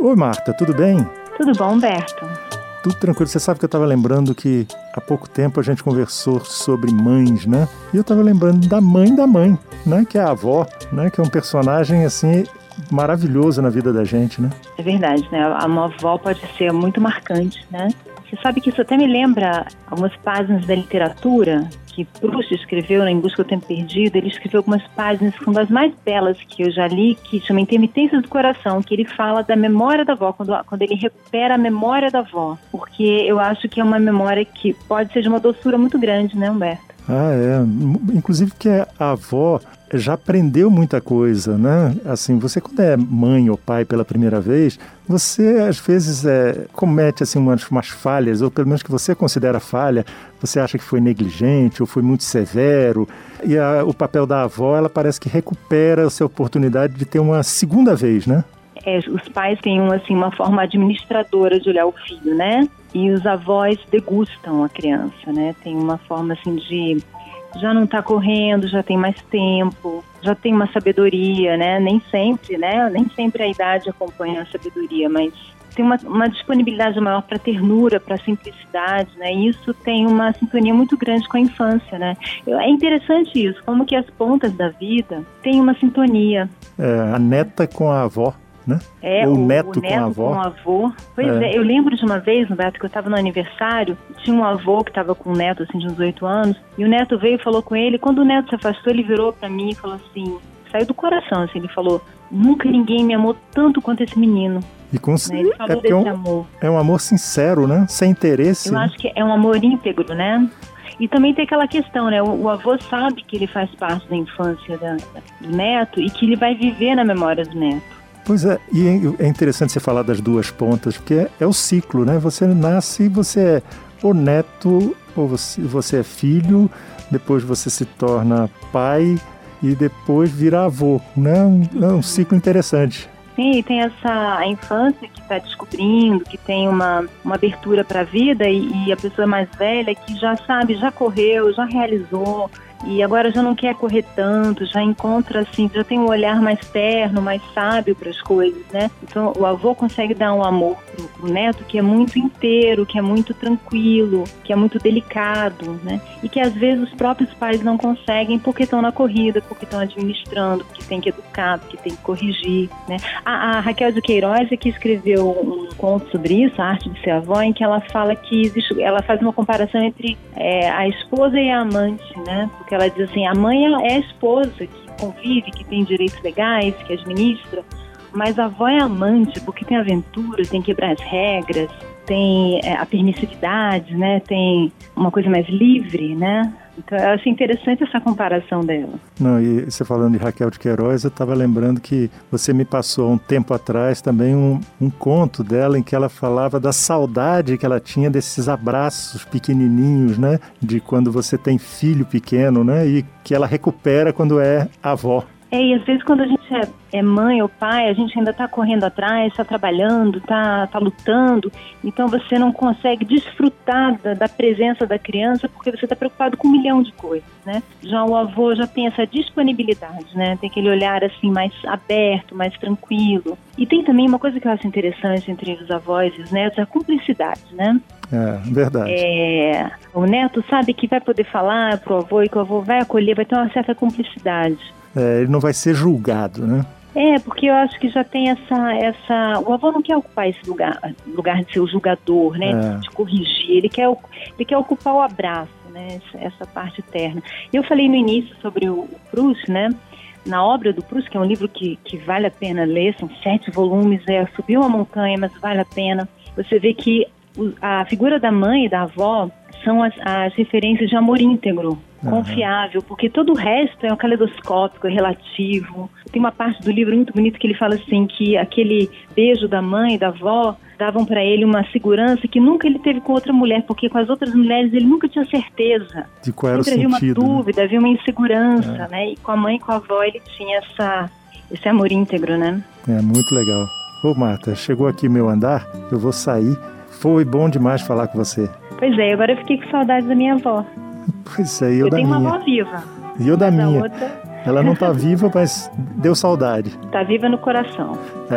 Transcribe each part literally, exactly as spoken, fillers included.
Oi, Marta, tudo bem? Tudo bom, Humberto? Tudo tranquilo. Você sabe que eu estava lembrando que há pouco tempo a gente conversou sobre mães, né? E eu estava lembrando da mãe da mãe, né? Que é a avó, né? Que é um personagem, assim, maravilhoso na vida da gente, né? É verdade, né? A uma avó pode ser muito marcante, né? Você sabe que isso até me lembra algumas páginas da literatura que Proust escreveu, né, Em Busca do Tempo Perdido. Ele escreveu algumas páginas que são das mais belas que eu já li, que chama Intermitências do Coração, que ele fala da memória da avó, quando, quando ele recupera a memória da avó. Porque eu acho que é uma memória que pode ser de uma doçura muito grande, né, Humberto? Ah, é. Inclusive que a avó já aprendeu muita coisa, né? Assim, você quando é mãe ou pai pela primeira vez, você às vezes é, comete assim, umas, umas falhas, ou pelo menos que você considera falha, você acha que foi negligente ou foi muito severo. E a, o papel da avó, ela parece que recupera essa oportunidade de ter uma segunda vez, né? É, os pais têm um, assim, uma forma administradora de olhar o filho, né? E os avós degustam a criança, né? Tem uma forma assim de... já não está correndo, já tem mais tempo, já tem uma sabedoria, né? Nem sempre, né? Nem sempre a idade acompanha a sabedoria, mas tem uma, uma disponibilidade maior para ternura, para simplicidade, né? E isso tem uma sintonia muito grande com a infância, né? É interessante isso, como que as pontas da vida têm uma sintonia. É, a neta com a avó. Né? É, Ou o neto, o neto com a avó. Com o avô. Pois é. é, eu lembro de uma vez, Humberto, que eu estava no aniversário, tinha um avô que estava com um neto assim, de uns oito anos, e o neto veio e falou com ele. Quando o neto se afastou, ele virou para mim e falou assim, saiu do coração, assim, ele falou: nunca ninguém me amou tanto quanto esse menino. E com... né? Ele falou é desse um, amor. É um amor sincero, né? Sem interesse. Eu né? acho que é um amor íntegro, né? E também tem aquela questão, né? O, o avô sabe que ele faz parte da infância da, do neto e que ele vai viver na memória do neto. Pois é, e é interessante você falar das duas pontas, porque é, é o ciclo, né? Você nasce e você é ou neto, ou você, você é filho, depois você se torna pai e depois vira avô, né? É um ciclo interessante. Sim, e tem essa a infância que está descobrindo, que tem uma, uma abertura para a vida e, e a pessoa mais velha que já sabe, já correu, já realizou e agora já não quer correr tanto, já encontra assim, já tem um olhar mais terno, mais sábio para as coisas, né? Então o avô consegue dar um amor pro, pro neto que é muito inteiro, que é muito tranquilo, que é muito delicado, né? E que às vezes os próprios pais não conseguem porque estão na corrida, porque estão administrando, porque tem que educar, porque tem que corrigir, né? A, a Raquel de Queiroz é que escreveu um conto sobre isso, A Arte de Ser Avó, em que ela fala que existe, ela faz uma comparação entre é, a esposa e a amante, né? Porque ela diz assim, a mãe é a esposa que convive, que tem direitos legais, que administra, mas a avó é amante, porque tem aventura, tem que quebrar as regras, tem é, a permissividade, né? Tem uma coisa mais livre, né? Então eu achei interessante essa comparação dela. Não, e você falando de Raquel de Queiroz, eu estava lembrando que você me passou um tempo atrás também um, um conto dela em que ela falava da saudade que ela tinha desses abraços pequenininhos, né? De quando você tem filho pequeno, né? E que ela recupera quando é avó. É, e às vezes quando a gente é, é mãe ou pai, a gente ainda está correndo atrás, está trabalhando, está tá lutando, então você não consegue desfrutar da, da presença da criança porque você está preocupado com um milhão de coisas, né? Já o avô já tem essa disponibilidade, né? Tem aquele olhar assim mais aberto, mais tranquilo. E tem também uma coisa que eu acho interessante entre os avós e os netos, a cumplicidade, né? É, verdade. É, o neto sabe que vai poder falar pro avô e que o avô vai acolher, vai ter uma certa cumplicidade. É, ele não vai ser julgado, né? É, porque eu acho que já tem essa... essa o avô não quer ocupar esse lugar, lugar de ser o julgador, né? É. De corrigir. Ele quer, ele quer ocupar o abraço, né? Essa, essa parte terna. Eu falei no início sobre o, o Proust, né? Na obra do Proust, que é um livro que, que vale a pena ler, são sete volumes, é Subir uma Montanha, mas vale a pena. Você vê que o, a figura da mãe e da avó são as, as referências de amor íntegro, confiável, porque todo o resto é um caleidoscópico, é relativo. Tem uma parte do livro muito bonita que ele fala assim, que aquele beijo da mãe e da avó davam para ele uma segurança que nunca ele teve com outra mulher, porque com as outras mulheres ele nunca tinha certeza. De qual era Sempre o havia sentido, uma dúvida, né? havia uma insegurança, É. né? E com a mãe e com a avó ele tinha essa, esse amor íntegro, né? É, muito legal. Ô, Marta, chegou aqui meu andar, eu vou sair. Foi bom demais falar com você. Pois é, agora eu fiquei com saudade da minha avó. Pois é, eu, Eu da tenho minha. uma avó viva. E eu da mas a minha. outra Ela não tá viva, mas deu saudade. tá viva no coração. É,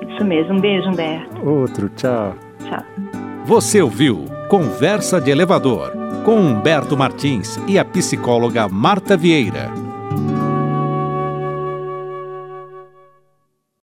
Isso mesmo. Um beijo, Humberto. Outro, tchau. Tchau. Você ouviu Conversa de Elevador, com Humberto Martins e a psicóloga Marta Vieira.